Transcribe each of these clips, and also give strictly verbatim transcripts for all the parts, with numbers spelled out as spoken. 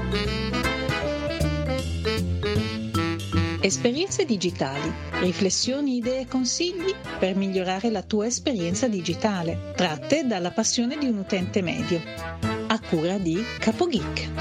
Esperienze digitali, riflessioni, idee e consigli per migliorare la tua esperienza digitale, tratte dalla passione di un utente medio, a cura di CapoGeek.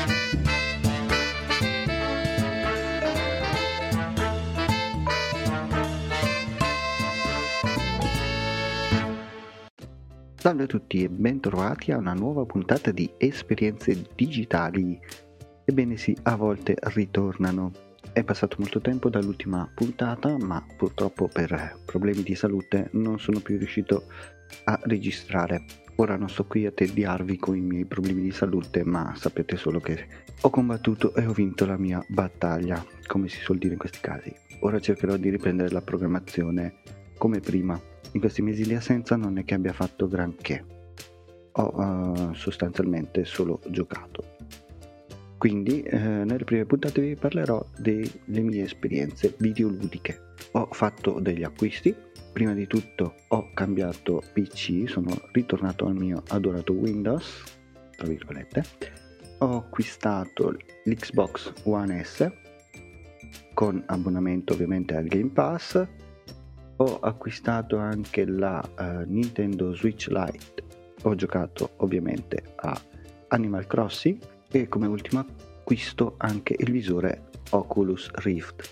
Salve a tutti e bentrovati a una nuova puntata di Esperienze digitali. Ebbene sì, a volte ritornano. È passato molto tempo dall'ultima puntata, ma purtroppo per problemi di salute non sono più riuscito a registrare. Ora non sto qui a tediarvi con i miei problemi di salute, ma sapete solo che ho combattuto e ho vinto la mia battaglia, come si suol dire in questi casi. Ora cercherò di riprendere la programmazione come prima. In questi mesi di assenza non è che abbia fatto granché, ho uh, sostanzialmente solo giocato. Quindi eh, nelle prime puntate vi parlerò delle mie esperienze videoludiche. Ho fatto degli acquisti, prima di tutto ho cambiato P C, sono ritornato al mio adorato Windows, tra virgolette. Ho acquistato l'Xbox One S con abbonamento ovviamente al Game Pass. Ho acquistato anche la uh, Nintendo Switch Lite, ho giocato ovviamente a Animal Crossing e come ultimo acquisto anche il visore Oculus Rift.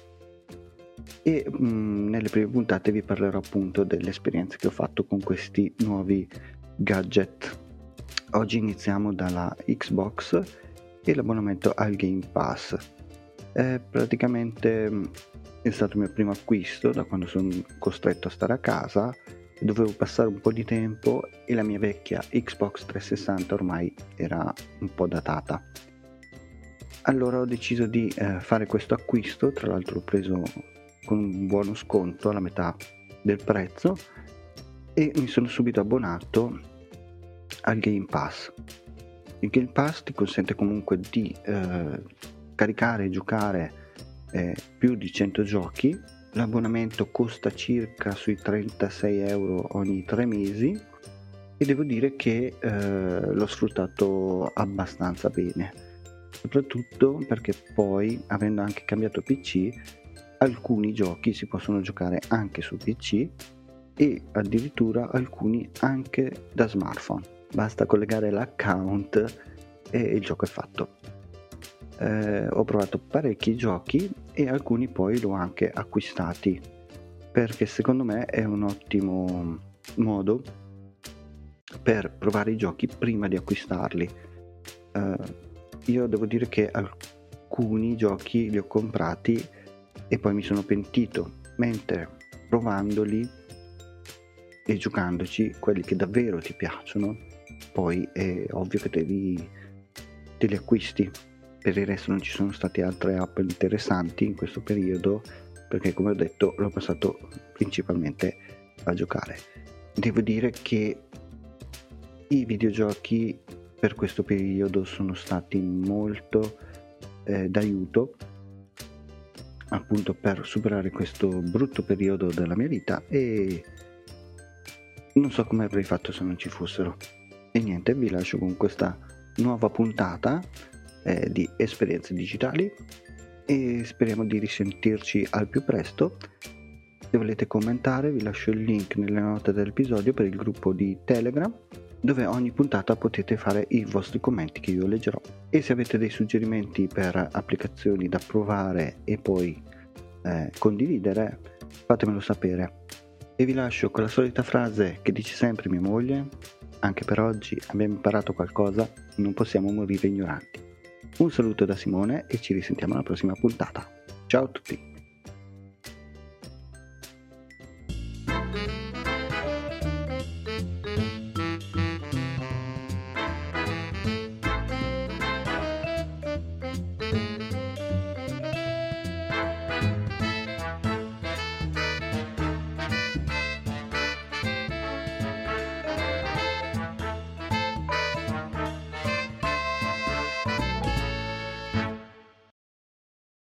E mh, nelle prime puntate vi parlerò appunto delle esperienze che ho fatto con questi nuovi gadget. Oggi iniziamo dalla Xbox e l'abbonamento al Game Pass. È praticamente mh, è stato il mio primo acquisto da quando sono costretto a stare a casa, dovevo passare un po' di tempo e la mia vecchia Xbox trecentosessanta ormai era un po' datata. Allora ho deciso di eh, fare questo acquisto, tra l'altro l'ho preso con un buono sconto alla metà del prezzo e mi sono subito abbonato al Game Pass. Il Game Pass ti consente comunque di eh, caricare e giocare eh, più di cento giochi. L'abbonamento costa circa sui trentasei euro ogni tre mesi e devo dire che eh, l'ho sfruttato abbastanza bene, soprattutto perché poi, avendo anche cambiato P C, alcuni giochi si possono giocare anche su P C e addirittura alcuni anche da smartphone. Basta collegare l'account e il gioco è fatto. Eh, ho provato parecchi giochi e alcuni poi l'ho anche acquistati, perché secondo me è un ottimo modo per provare i giochi prima di acquistarli. Eh, io devo dire che alcuni giochi li ho comprati e poi mi sono pentito, mentre provandoli e giocandoci, quelli che davvero ti piacciono, poi è ovvio che te li, te li acquisti. Per il resto non ci sono state altre app interessanti in questo periodo, perché come ho detto l'ho passato principalmente a giocare. Devo dire che i videogiochi per questo periodo sono stati molto eh, d'aiuto appunto per superare questo brutto periodo della mia vita e non so come avrei fatto se non ci fossero. E niente, vi lascio con questa nuova puntata Eh, di esperienze digitali e speriamo di risentirci al più presto. Se volete commentare vi lascio il link nelle note dell'episodio per il gruppo di Telegram, dove ogni puntata potete fare i vostri commenti che io leggerò, e se avete dei suggerimenti per applicazioni da provare e poi eh, condividere, fatemelo sapere. E vi lascio con la solita frase che dice sempre mia moglie: anche per oggi abbiamo imparato qualcosa, non possiamo morire ignoranti. Un saluto da Simone e ci risentiamo alla prossima puntata. Ciao a tutti!